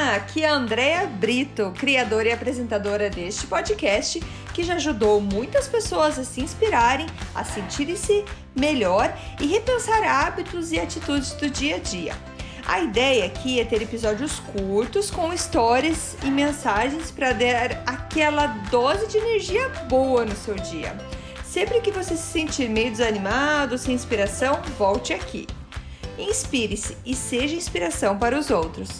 Olá, aqui é a Andrea Brito, criadora e apresentadora deste podcast, que já ajudou muitas pessoas a se inspirarem, a sentirem-se melhor e repensar hábitos e atitudes do dia a dia. A ideia aqui é ter episódios curtos com histórias e mensagens para dar aquela dose de energia boa no seu dia. Sempre que você se sentir meio desanimado, sem inspiração, volte aqui. Inspire-se e seja inspiração para os outros.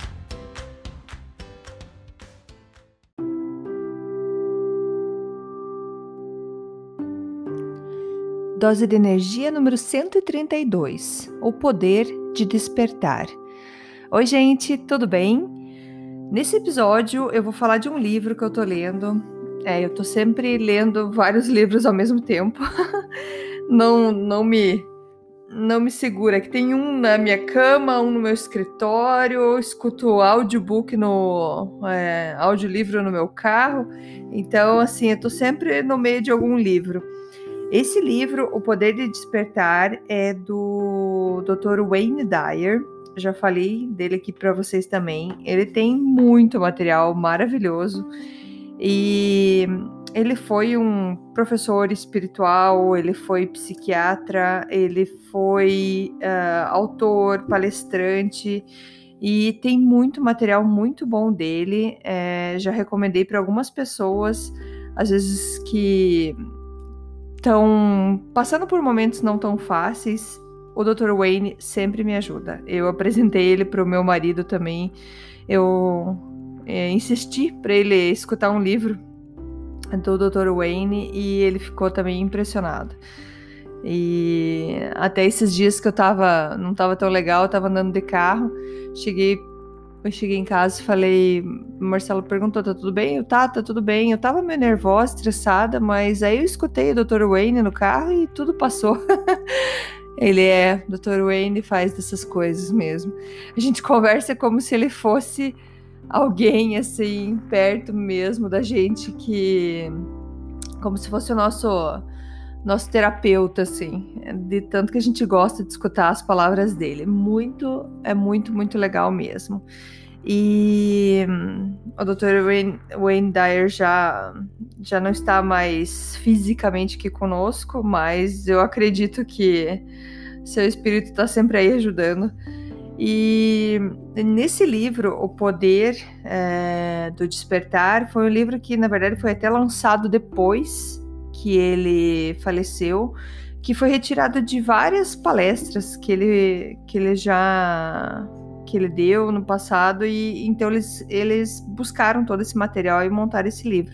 Dose de energia número 132, o poder de despertar. Oi, gente, tudo bem? Nesse episódio eu vou falar de um livro que eu tô lendo. Eu tô sempre lendo vários livros ao mesmo tempo. Não me segura, que tem um na minha cama, um no meu escritório, eu escuto audiobook audiolivro no meu carro. Então, assim, eu tô sempre no meio de algum livro. Esse livro, O Poder de Despertar, é do Dr. Wayne Dyer. Já falei dele aqui para vocês também. Ele tem muito material maravilhoso e ele foi um professor espiritual, ele foi psiquiatra, ele foi autor, palestrante e tem muito material muito bom dele. Já recomendei para algumas pessoas, às vezes que estão passando por momentos não tão fáceis. O Dr. Wayne sempre me ajuda. Eu apresentei ele para o meu marido também. Eu insisti para ele escutar um livro do Dr. Wayne e ele ficou também impressionado. E até esses dias que não estava tão legal, eu estava andando de carro, eu cheguei em casa e falei, o Marcelo perguntou, tá tudo bem? Tá tudo bem. Eu tava meio nervosa, estressada, mas aí eu escutei o Dr. Wayne no carro e tudo passou. Dr. Wayne faz dessas coisas mesmo. A gente conversa como se ele fosse alguém, assim, perto mesmo da gente, como se fosse o nosso terapeuta, assim, de tanto que a gente gosta de escutar as palavras dele. É muito, muito legal mesmo. E o Dr. Wayne Dyer já não está mais fisicamente aqui conosco, mas eu acredito que seu espírito está sempre aí ajudando. E nesse livro, O Poder do Despertar, foi um livro que, na verdade, foi até lançado depois que ele faleceu, que foi retirado de várias palestras que ele deu no passado, e então eles buscaram todo esse material e montaram esse livro.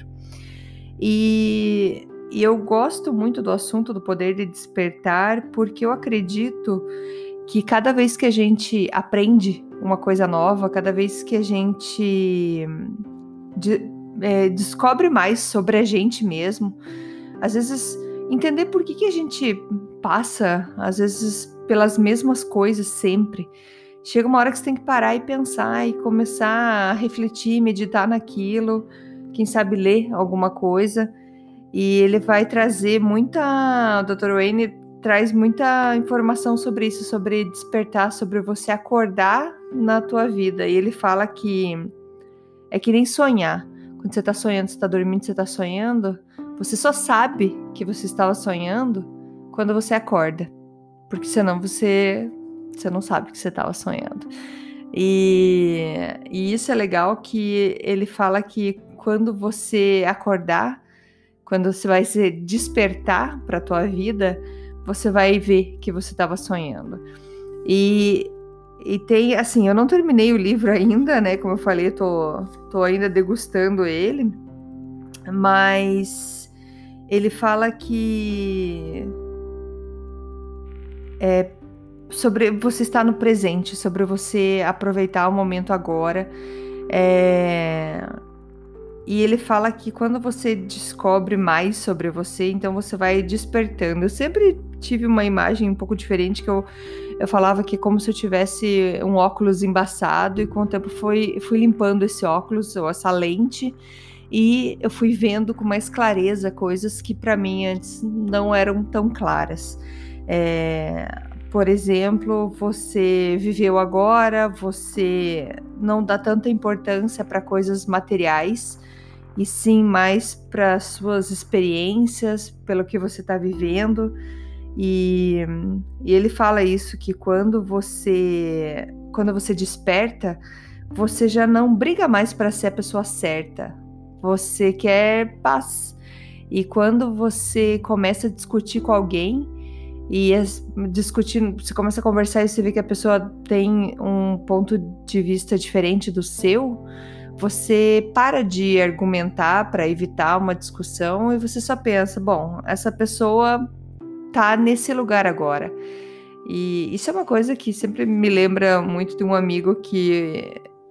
E eu gosto muito do assunto do poder de despertar, porque eu acredito que cada vez que a gente aprende uma coisa nova, cada vez que a gente descobre mais sobre a gente mesmo, às vezes entender por que a gente passa, às vezes, pelas mesmas coisas sempre. Chega uma hora que você tem que parar e pensar e começar a refletir, meditar naquilo, quem sabe ler alguma coisa. E ele vai trazer o Dr. Wayne traz muita informação sobre isso, sobre despertar, sobre você acordar na tua vida. E ele fala que é que nem sonhar. Quando você tá sonhando, você tá dormindo, você tá sonhando, você só sabe que você estava sonhando quando você acorda. Porque senão você não sabe que você estava sonhando. E isso é legal, que ele fala que quando você acordar, quando você vai se despertar para a tua vida, você vai ver que você estava sonhando. E tem, assim, eu não terminei o livro ainda, né? Como eu falei, tô ainda degustando ele, mas ele fala que sobre você estar no presente, sobre você aproveitar o momento agora. E ele fala que quando você descobre mais sobre você, então você vai despertando. Eu sempre tive uma imagem um pouco diferente, que eu falava que é como se eu tivesse um óculos embaçado, e com o tempo fui limpando esse óculos, ou essa lente, e eu fui vendo com mais clareza coisas que para mim antes não eram tão claras. por exemplo, você viveu agora, você não dá tanta importância para coisas materiais, e sim mais para suas experiências, pelo que você está vivendo. E ele fala isso, que quando você desperta, você já não briga mais para ser a pessoa certa. Você quer paz. E quando você começa a discutir com alguém e discutindo, você começa a conversar e você vê que a pessoa tem um ponto de vista diferente do seu, você para de argumentar para evitar uma discussão e você só pensa, bom, essa pessoa tá nesse lugar agora. E isso é uma coisa que sempre me lembra muito de um amigo que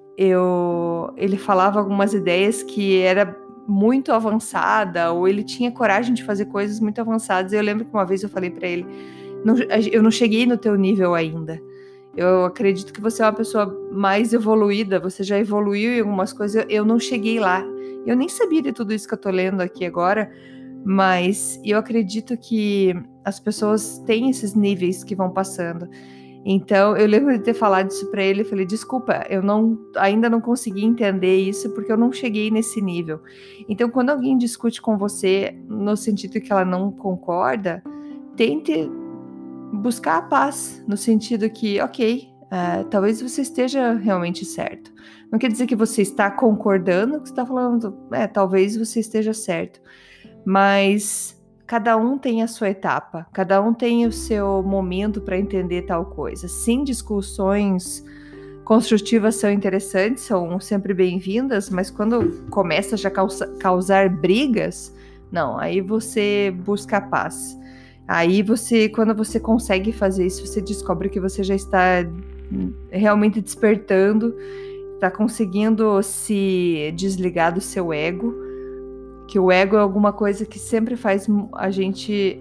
ele falava algumas ideias que era muito avançada, ou ele tinha coragem de fazer coisas muito avançadas. Eu lembro que uma vez eu falei para ele, eu não cheguei no teu nível ainda. Eu acredito que você é uma pessoa mais evoluída, você já evoluiu em algumas coisas, eu não cheguei lá. Eu nem sabia de tudo isso que eu tô lendo aqui agora, mas eu acredito que as pessoas têm esses níveis que vão passando. Então, eu lembro de ter falado isso para ele, eu falei, desculpa, eu ainda não consegui entender isso porque eu não cheguei nesse nível. Então, quando alguém discute com você no sentido que ela não concorda, tente buscar a paz, no sentido que, ok, talvez você esteja realmente certo. Não quer dizer que você está concordando com o que você está falando, talvez você esteja certo. Mas cada um tem a sua etapa, cada um tem o seu momento para entender tal coisa. Sim, discussões construtivas são interessantes, são sempre bem-vindas, mas quando começa a já causar brigas, não, aí você busca a paz. Aí quando você consegue fazer isso, você descobre que você já está realmente despertando, está conseguindo se desligar do seu ego, que o ego é alguma coisa que sempre faz a gente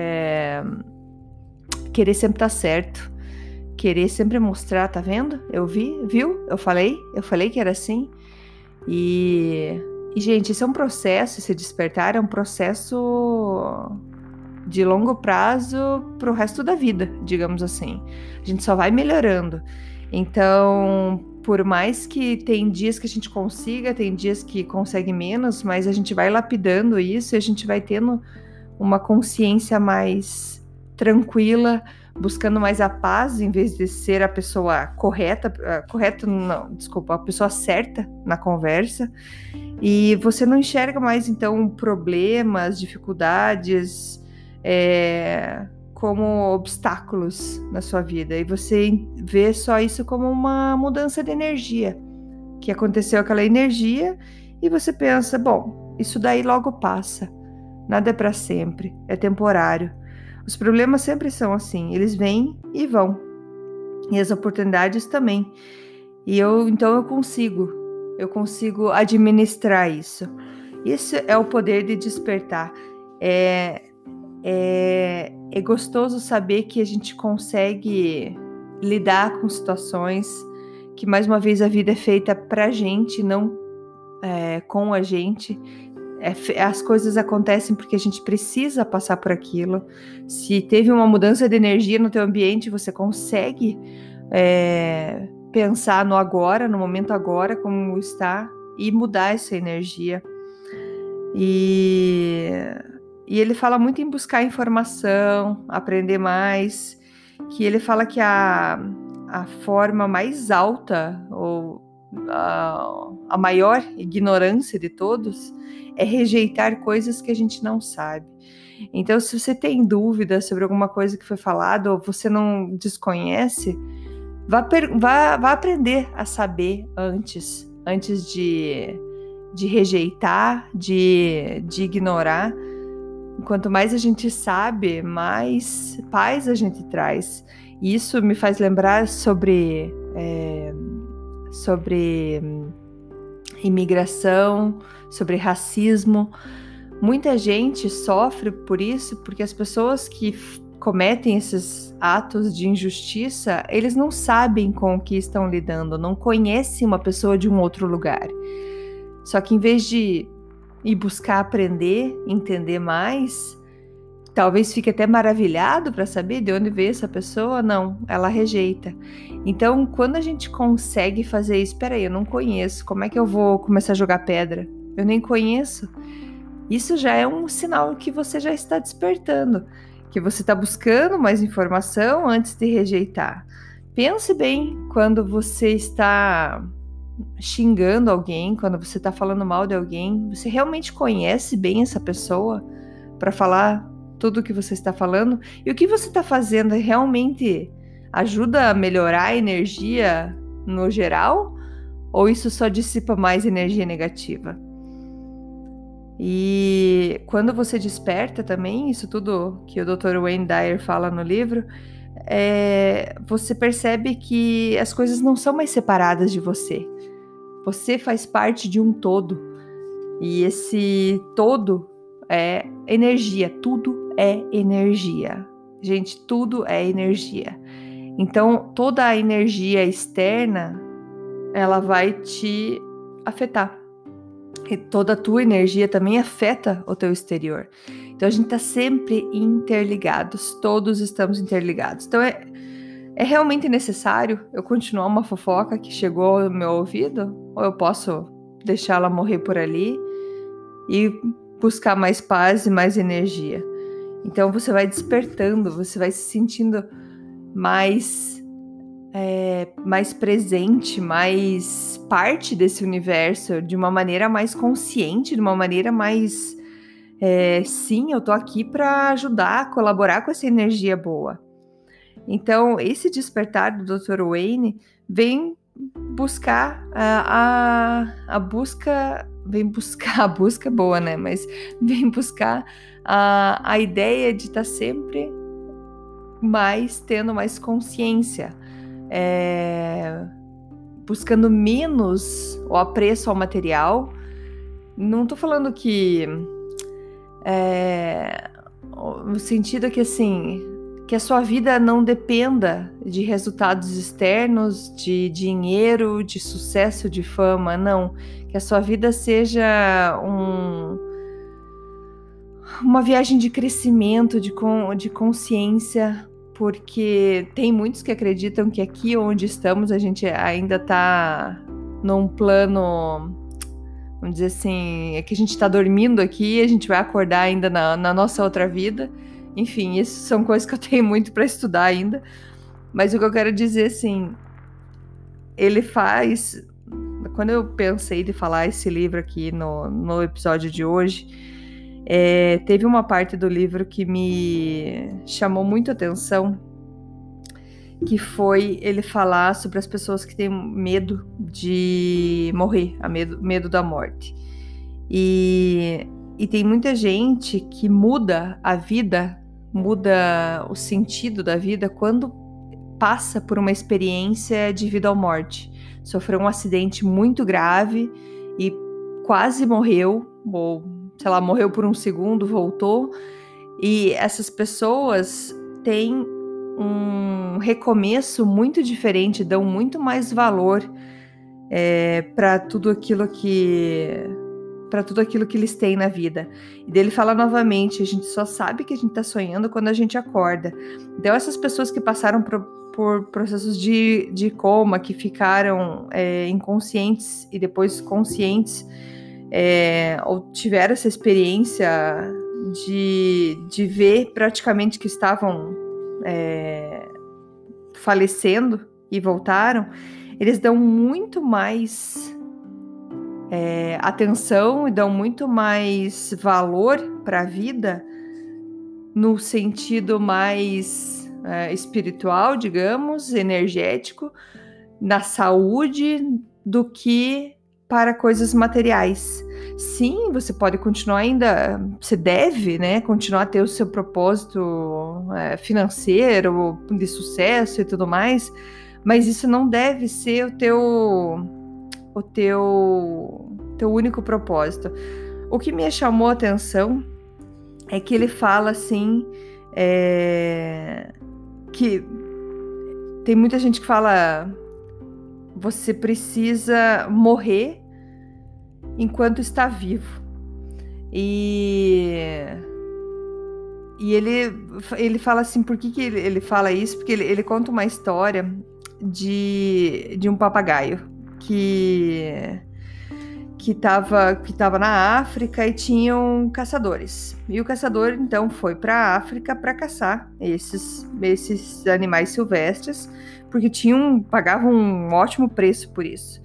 querer sempre estar certo, querer sempre mostrar, tá vendo? Viu? Eu falei que era assim. E gente, esse é um processo, esse despertar é um processo de longo prazo pro resto da vida, digamos assim. A gente só vai melhorando. Então, por mais que tem dias que a gente consiga, tem dias que consegue menos, mas a gente vai lapidando isso e a gente vai tendo uma consciência mais tranquila, buscando mais a paz, em vez de ser a pessoa a pessoa certa na conversa. E você não enxerga mais, então, problemas, dificuldades, como obstáculos na sua vida, e você vê só isso como uma mudança de energia, que aconteceu aquela energia, e você pensa, bom, isso daí logo passa, nada é para sempre, é temporário. Os problemas sempre são assim, eles vêm e vão, e as oportunidades também, e então eu consigo administrar isso. Esse é o poder de despertar. É gostoso saber que a gente consegue lidar com situações, que mais uma vez a vida é feita pra gente, não com a gente. As coisas acontecem porque a gente precisa passar por aquilo. Se teve uma mudança de energia no teu ambiente, você consegue pensar no agora, no momento agora, como está, e mudar essa energia. E ele fala muito em buscar informação, aprender mais, que ele fala que a forma mais alta, ou a maior ignorância de todos, é rejeitar coisas que a gente não sabe. Então, se você tem dúvida sobre alguma coisa que foi falada, ou você não desconhece, vá aprender a saber antes de rejeitar, de ignorar. Quanto mais a gente sabe, mais paz a gente traz. E isso me faz lembrar sobre imigração, sobre racismo. Muita gente sofre por isso, porque as pessoas que cometem esses atos de injustiça, eles não sabem com o que estão lidando, não conhecem uma pessoa de um outro lugar. Só que em vez de ir buscar aprender, entender mais, talvez fique até maravilhado para saber de onde veio essa pessoa. Não, ela rejeita. Então, quando a gente consegue fazer isso, peraí, eu não conheço, como é que eu vou começar a jogar pedra? Eu nem conheço. Isso já é um sinal que você já está despertando, que você está buscando mais informação antes de rejeitar. Pense bem quando você está xingando alguém, quando você está falando mal de alguém, você realmente conhece bem essa pessoa para falar tudo o que você está falando? E o que você está fazendo realmente ajuda a melhorar a energia no geral? Ou isso só dissipa mais energia negativa? E quando você desperta também, isso tudo que o Dr. Wayne Dyer fala no livro, você percebe que as coisas não são mais separadas de você. Você faz parte de um todo. E esse todo é energia. Tudo é energia. Gente, tudo é energia. Então, toda a energia externa, ela vai te afetar. E toda a tua energia também afeta o teu exterior. Então, a gente está sempre interligados. Todos estamos interligados. Então, é realmente necessário eu continuar uma fofoca que chegou ao meu ouvido? Ou eu posso deixá-la morrer por ali e buscar mais paz e mais energia? Então você vai despertando, você vai se sentindo mais presente, mais parte desse universo, de uma maneira mais consciente, de uma maneira mais sim, eu tô aqui para ajudar, colaborar com essa energia boa. Então, esse despertar do Dr. Wayne vem buscar a busca boa, né? Mas vem buscar a ideia de estar sempre tendo mais consciência, buscando menos o apreço ao material. Não tô falando que no sentido que assim, que a sua vida não dependa de resultados externos, de dinheiro, de sucesso, de fama, não. Que a sua vida seja uma viagem de crescimento, de consciência, porque tem muitos que acreditam que aqui onde estamos a gente ainda está num plano, vamos dizer assim, é que a gente está dormindo aqui e a gente vai acordar ainda na nossa outra vida. Enfim, isso são coisas que eu tenho muito para estudar ainda. Mas o que eu quero dizer, assim, ele faz... Quando eu pensei de falar esse livro aqui no episódio de hoje, teve uma parte do livro que me chamou muito a atenção, que foi ele falar sobre as pessoas que têm medo de morrer, medo da morte. E tem muita gente que muda a vida, muda o sentido da vida quando passa por uma experiência de vida ou morte. Sofreu um acidente muito grave e quase morreu, ou sei lá, morreu por um segundo, voltou. E essas pessoas têm um recomeço muito diferente, dão muito mais valor para tudo aquilo que eles têm na vida. E dele fala novamente, a gente só sabe que a gente tá sonhando quando a gente acorda. Então essas pessoas que passaram por processos de coma, que ficaram inconscientes e depois conscientes, ou tiveram essa experiência de ver praticamente que estavam falecendo e voltaram, eles dão muito mais atenção e dão muito mais valor para a vida no sentido mais espiritual, digamos, energético, na saúde, do que para coisas materiais. Sim, você pode continuar ainda, você deve, né, continuar a ter o seu propósito financeiro, de sucesso e tudo mais, mas isso não deve ser o teu único propósito. O que me chamou a atenção é que ele fala assim, que tem muita gente que fala, você precisa morrer enquanto está vivo. E E ele fala assim, por que ele fala isso? Porque ele conta uma história de um papagaio que tava na África e tinham caçadores. E o caçador, então, foi para a África para caçar esses animais silvestres, porque pagavam um ótimo preço por isso.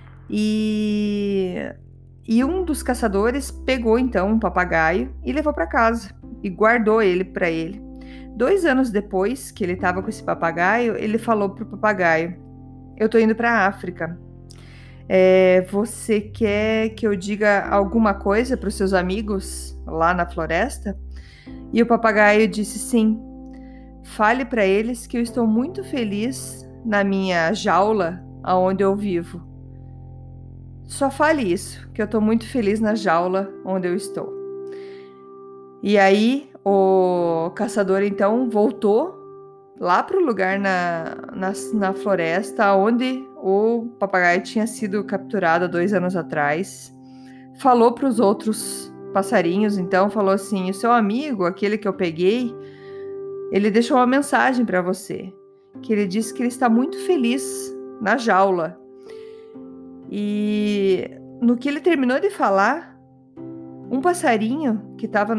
E um dos caçadores pegou, então, um papagaio e levou para casa e guardou ele para ele. 2 anos depois que ele estava com esse papagaio, ele falou pro papagaio: eu tô indo para a África. Você quer que eu diga alguma coisa para os seus amigos lá na floresta? E o papagaio disse: sim. Fale para eles que eu estou muito feliz na minha jaula onde eu vivo. Só fale isso, que eu estou muito feliz na jaula onde eu estou. E aí o caçador então voltou lá para o lugar na floresta onde o papagaio tinha sido capturado há 2 anos atrás. Falou para os outros passarinhos, então falou assim: o seu amigo, aquele que eu peguei, ele deixou uma mensagem para você, que ele disse que ele está muito feliz na jaula. E no que ele terminou de falar, um passarinho que estava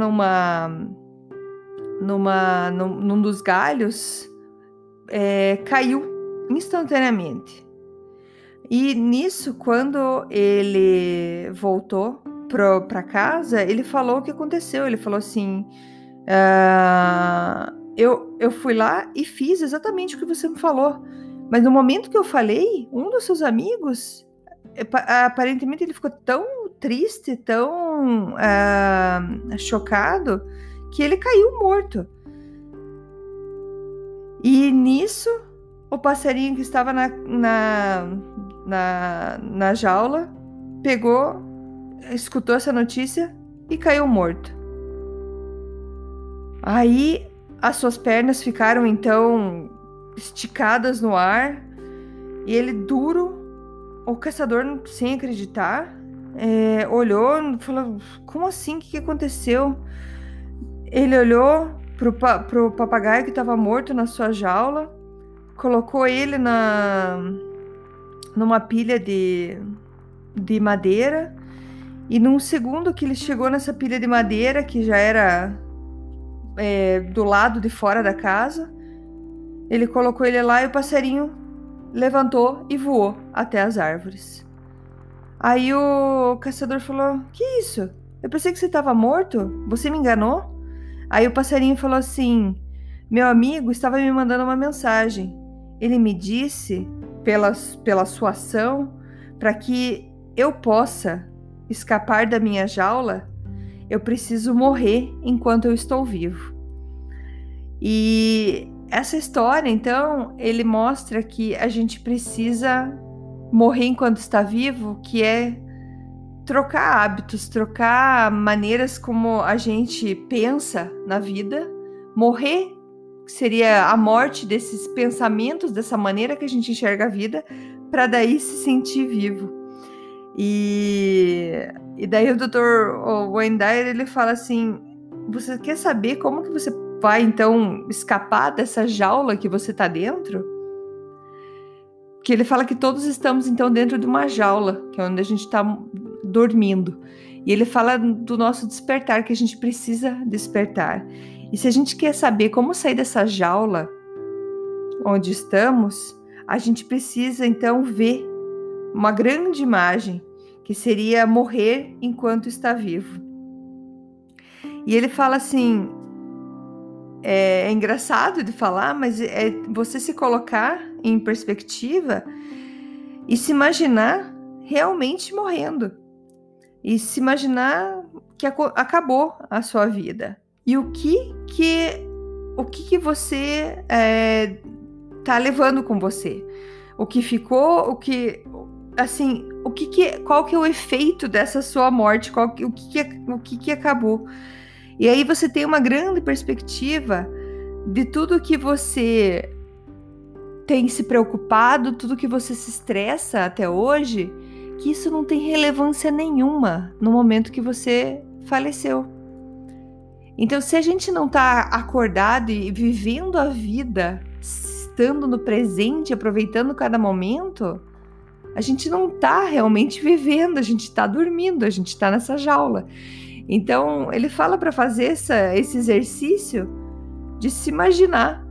num dos galhos caiu instantaneamente. E nisso, quando ele voltou para casa, ele falou o que aconteceu. Ele falou assim: eu fui lá e fiz exatamente o que você me falou. Mas no momento que eu falei, um dos seus amigos, aparentemente ele ficou tão triste, tão chocado, que ele caiu morto. E nisso, o passarinho que estava na jaula pegou, escutou essa notícia e caiu morto. Aí as suas pernas ficaram então esticadas no ar e ele duro, o caçador sem acreditar, olhou e falou: como assim? O que aconteceu? Ele olhou pro papagaio que estava morto na sua jaula, colocou ele numa pilha de madeira, e num segundo que ele chegou nessa pilha de madeira, que já era do lado de fora da casa, ele colocou ele lá e o passarinho levantou e voou até as árvores. Aí o caçador falou: que isso? Eu pensei que você estava morto, você me enganou? Aí o passarinho falou assim: meu amigo estava me mandando uma mensagem. Ele me disse, pela sua ação, para que eu possa escapar da minha jaula, eu preciso morrer enquanto eu estou vivo. E essa história, então, ele mostra que a gente precisa morrer enquanto está vivo, que é trocar hábitos, trocar maneiras como a gente pensa na vida. Morrer seria a morte desses pensamentos, dessa maneira que a gente enxerga a vida, para daí se sentir vivo. E daí o Dr. Wayne Dyer, ele fala assim: você quer saber como que você vai então escapar dessa jaula que você está dentro? Que ele fala que todos estamos então dentro de uma jaula, que é onde a gente está dormindo. E ele fala do nosso despertar, que a gente precisa despertar. E se a gente quer saber como sair dessa jaula onde estamos, a gente precisa então ver uma grande imagem, que seria morrer enquanto está vivo. E ele fala assim, é engraçado de falar, mas é você se colocar em perspectiva e se imaginar realmente morrendo. E se imaginar que acabou a sua vida. E o que você tá levando com você? O que ficou, qual que é o efeito dessa sua morte? O que acabou? E aí você tem uma grande perspectiva de tudo que você tem se preocupado, tudo que você se estressa até hoje, que isso não tem relevância nenhuma no momento que você faleceu. Então, se a gente não está acordado e vivendo a vida, estando no presente, aproveitando cada momento, a gente não está realmente vivendo, a gente está dormindo, a gente está nessa jaula. Então, ele fala para fazer esse exercício de se imaginar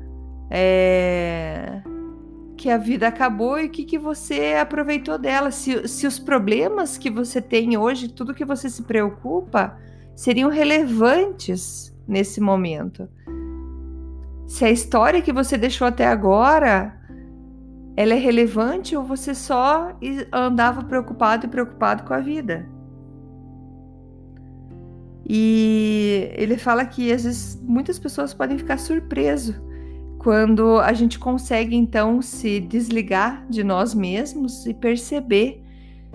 que a vida acabou e o que você aproveitou dela. Se os problemas que você tem hoje, tudo que você se preocupa, seriam relevantes nesse momento. Se a história que você deixou até agora, ela é relevante ou você só andava preocupado com a vida. E ele fala que às vezes muitas pessoas podem ficar surpresas quando a gente consegue então se desligar de nós mesmos e perceber,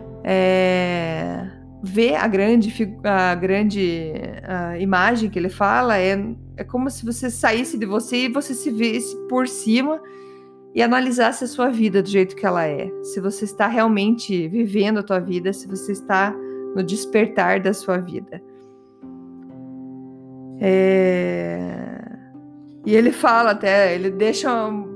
ver a grande imagem que ele fala, é como se você saísse de você e você se visse por cima e analisasse a sua vida do jeito que ela é. Se você está realmente vivendo a tua vida, se você está no despertar da sua vida. E ele fala até, ele deixa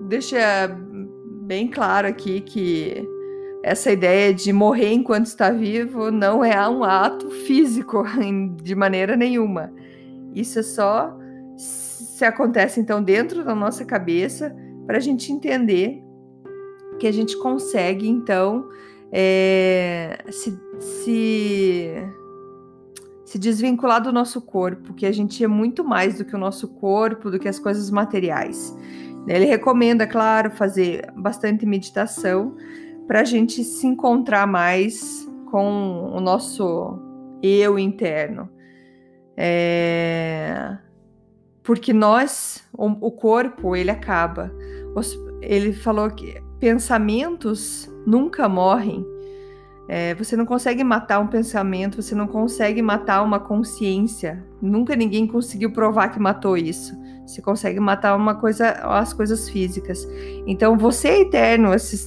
bem claro aqui que essa ideia de morrer enquanto está vivo não é um ato físico de maneira nenhuma. Isso é só se acontece então dentro da nossa cabeça para a gente entender que a gente consegue então se desvincular do nosso corpo, que a gente é muito mais do que o nosso corpo, do que as coisas materiais. Ele recomenda, claro, fazer bastante meditação para a gente se encontrar mais com o nosso eu interno. Porque o corpo, ele acaba. Ele falou que pensamentos nunca morrem. Você não consegue matar um pensamento, você não consegue matar uma consciência. Nunca ninguém conseguiu provar que matou isso. Você consegue matar as coisas físicas. Então, você é eterno.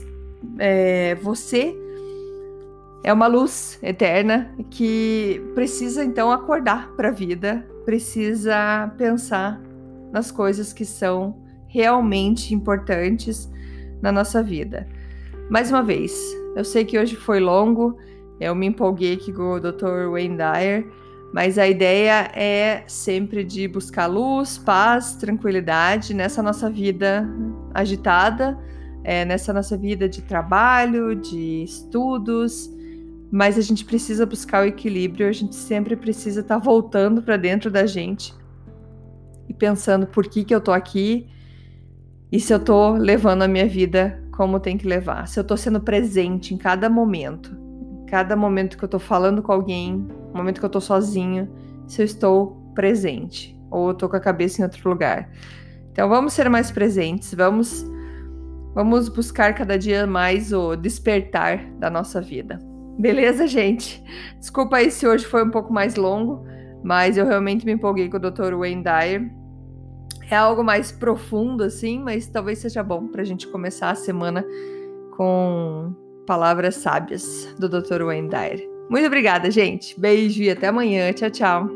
Você é uma luz eterna que precisa, então, acordar para a vida. Precisa pensar nas coisas que são realmente importantes na nossa vida. Mais uma vez, eu sei que hoje foi longo, eu me empolguei aqui com o Dr. Wayne Dyer, mas a ideia é sempre de buscar luz, paz, tranquilidade nessa nossa vida agitada, nessa nossa vida de trabalho, de estudos, mas a gente precisa buscar o equilíbrio, a gente sempre precisa estar voltando para dentro da gente e pensando por que eu tô aqui e se eu tô levando a minha vida como tem que levar, se eu tô sendo presente em cada momento que eu tô falando com alguém, no momento que eu tô sozinho, se eu estou presente ou eu tô com a cabeça em outro lugar. Então vamos ser mais presentes, vamos buscar cada dia mais o despertar da nossa vida. Beleza, gente? Desculpa aí se hoje foi um pouco mais longo, mas eu realmente me empolguei com o Dr. Wayne Dyer. É algo mais profundo, assim, mas talvez seja bom para a gente começar a semana com palavras sábias do Dr. Wayne Dyer. Muito obrigada, gente. Beijo e até amanhã. Tchau, tchau.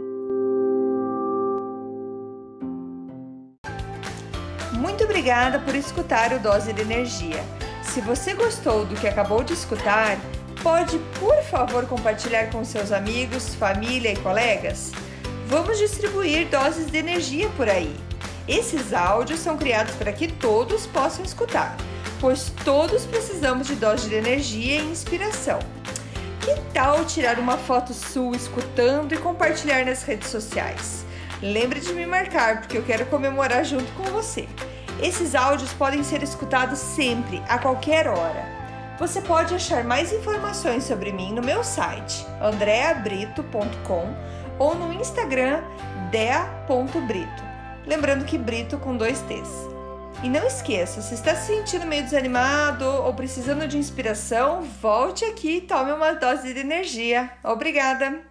Muito obrigada por escutar o Dose de Energia. Se você gostou do que acabou de escutar, pode, por favor, compartilhar com seus amigos, família e colegas? Vamos distribuir doses de energia por aí. Esses áudios são criados para que todos possam escutar, pois todos precisamos de doses de energia e inspiração. Que tal tirar uma foto sua escutando e compartilhar nas redes sociais? Lembre de me marcar, porque eu quero comemorar junto com você. Esses áudios podem ser escutados sempre, a qualquer hora. Você pode achar mais informações sobre mim no meu site, andreabrito.com, ou no Instagram, dea.brito. Lembrando que Brito com 2 T's. E não esqueça, se está se sentindo meio desanimado ou precisando de inspiração, volte aqui e tome uma dose de energia. Obrigada!